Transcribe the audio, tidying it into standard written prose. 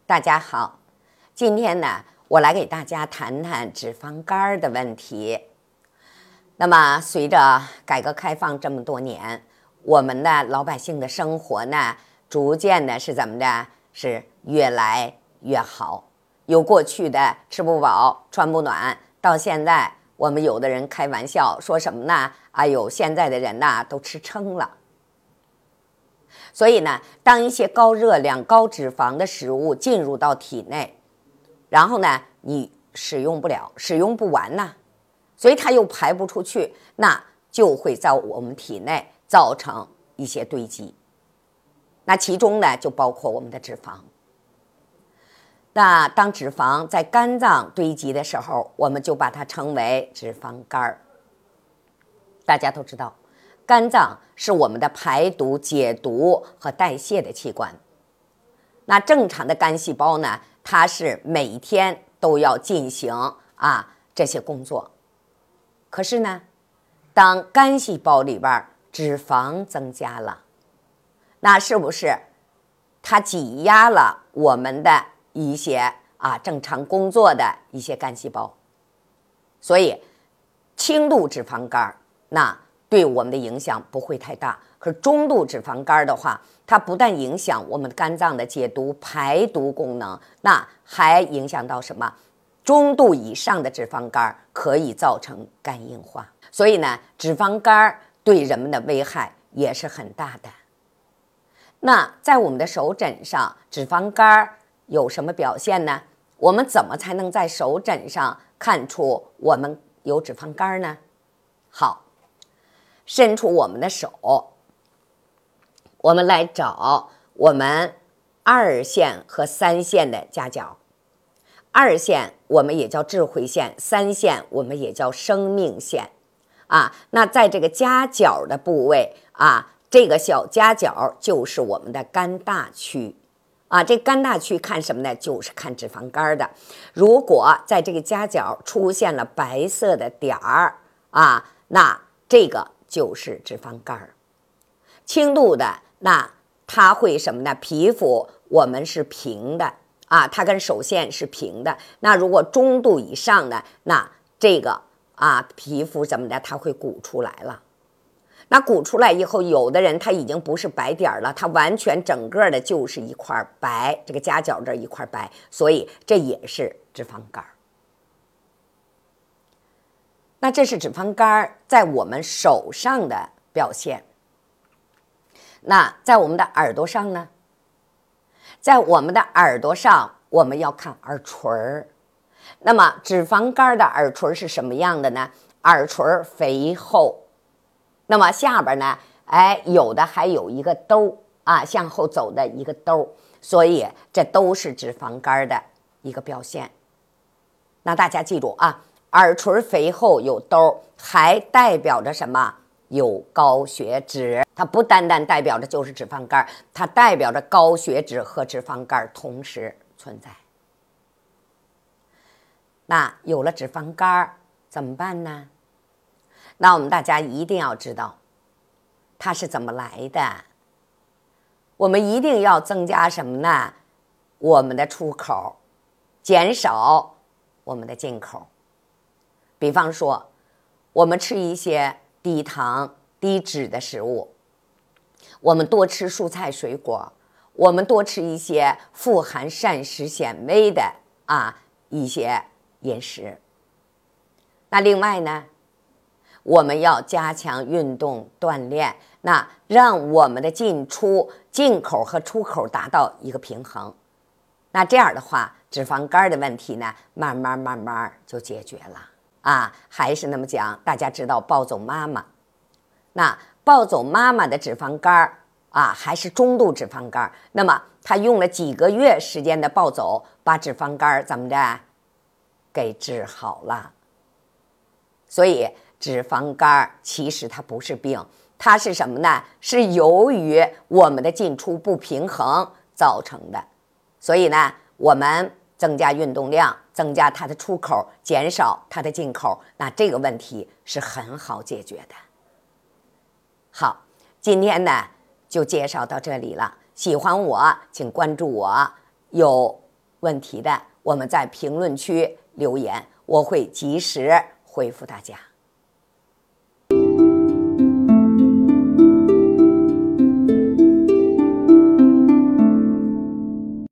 大家好，今天呢，我来给大家谈谈脂肪肝的问题。那么，随着改革开放这么多年，我们的老百姓的生活呢，逐渐的是怎么的？是越来越好。由过去的吃不饱、穿不暖，到现在，我们有的人开玩笑说什么呢？哎呦，现在的人呐，都吃撑了。所以呢，当一些高热量、高脂肪的食物进入到体内，然后呢，你使用不了、使用不完呢，所以它又排不出去，那就会在我们体内造成一些堆积。那其中呢，就包括我们的脂肪。那当脂肪在肝脏堆积的时候，我们就把它称为脂肪肝。大家都知道，肝脏是我们的排毒、解毒和代谢的器官。那正常的肝细胞呢，它是每天都要进行这些工作。可是呢，当肝细胞里边脂肪增加了，那是不是它挤压了我们的一些正常工作的一些肝细胞？所以轻度脂肪肝那对我们的影响不会太大，可是中度脂肪肝的话，它不但影响我们肝脏的解毒排毒功能，那还影响到什么？中度以上的脂肪肝可以造成肝硬化。所以呢，脂肪肝对人们的危害也是很大的。那在我们的手诊上，脂肪肝有什么表现呢？我们怎么才能在手诊上看出我们有脂肪肝呢？好，伸出我们的手，我们来找我们2线和3线的夹角。2线我们也叫智慧线，3线我们也叫生命线。那在这个夹角的部位这个小夹角就是我们的肝大区。这肝大区看什么呢？就是看脂肪肝的。如果在这个夹角出现了白色的点儿那这个就是脂肪肝。轻度的那它会什么呢？皮肤我们是平的它跟手线是平的。那如果中度以上的，那这个皮肤怎么的？它会鼓出来了。那鼓出来以后，有的人他已经不是白点了，他完全整个的就是一块白，这个夹角这一块白，所以这也是脂肪肝。那这是脂肪肝在我们手上的表现。那在我们的耳朵上呢？在我们的耳朵上，我们要看耳垂。那么脂肪肝的耳垂是什么样的呢？耳垂肥厚，那么下边呢，有的还有一个兜向后走的一个兜，所以这都是脂肪肝的一个表现。那大家记住耳垂肥厚有兜，还代表着什么？有高血脂。它不单单代表着就是脂肪肝，它代表着高血脂和脂肪肝同时存在。那有了脂肪肝怎么办呢？那我们大家一定要知道它是怎么来的。我们一定要增加什么呢？我们的出口，减少我们的进口。比方说，我们吃一些低糖低脂的食物，我们多吃蔬菜水果，我们多吃一些富含膳食纤维的一些饮食。那另外呢，我们要加强运动锻炼，那让我们的进口和出口达到一个平衡。那这样的话，脂肪肝的问题呢，慢慢就解决了还是那么讲，大家知道暴走妈妈，那暴走妈妈的脂肪肝还是中度脂肪肝，那么她用了几个月时间的暴走，把脂肪肝怎么着给治好了。所以脂肪肝其实它不是病，它是什么呢？是由于我们的进出不平衡造成的。所以呢，我们增加运动量，增加它的出口，减少它的进口，那这个问题是很好解决的。好，今天呢就介绍到这里了。喜欢我请关注我，有问题的，我们在评论区留言，我会及时回复大家。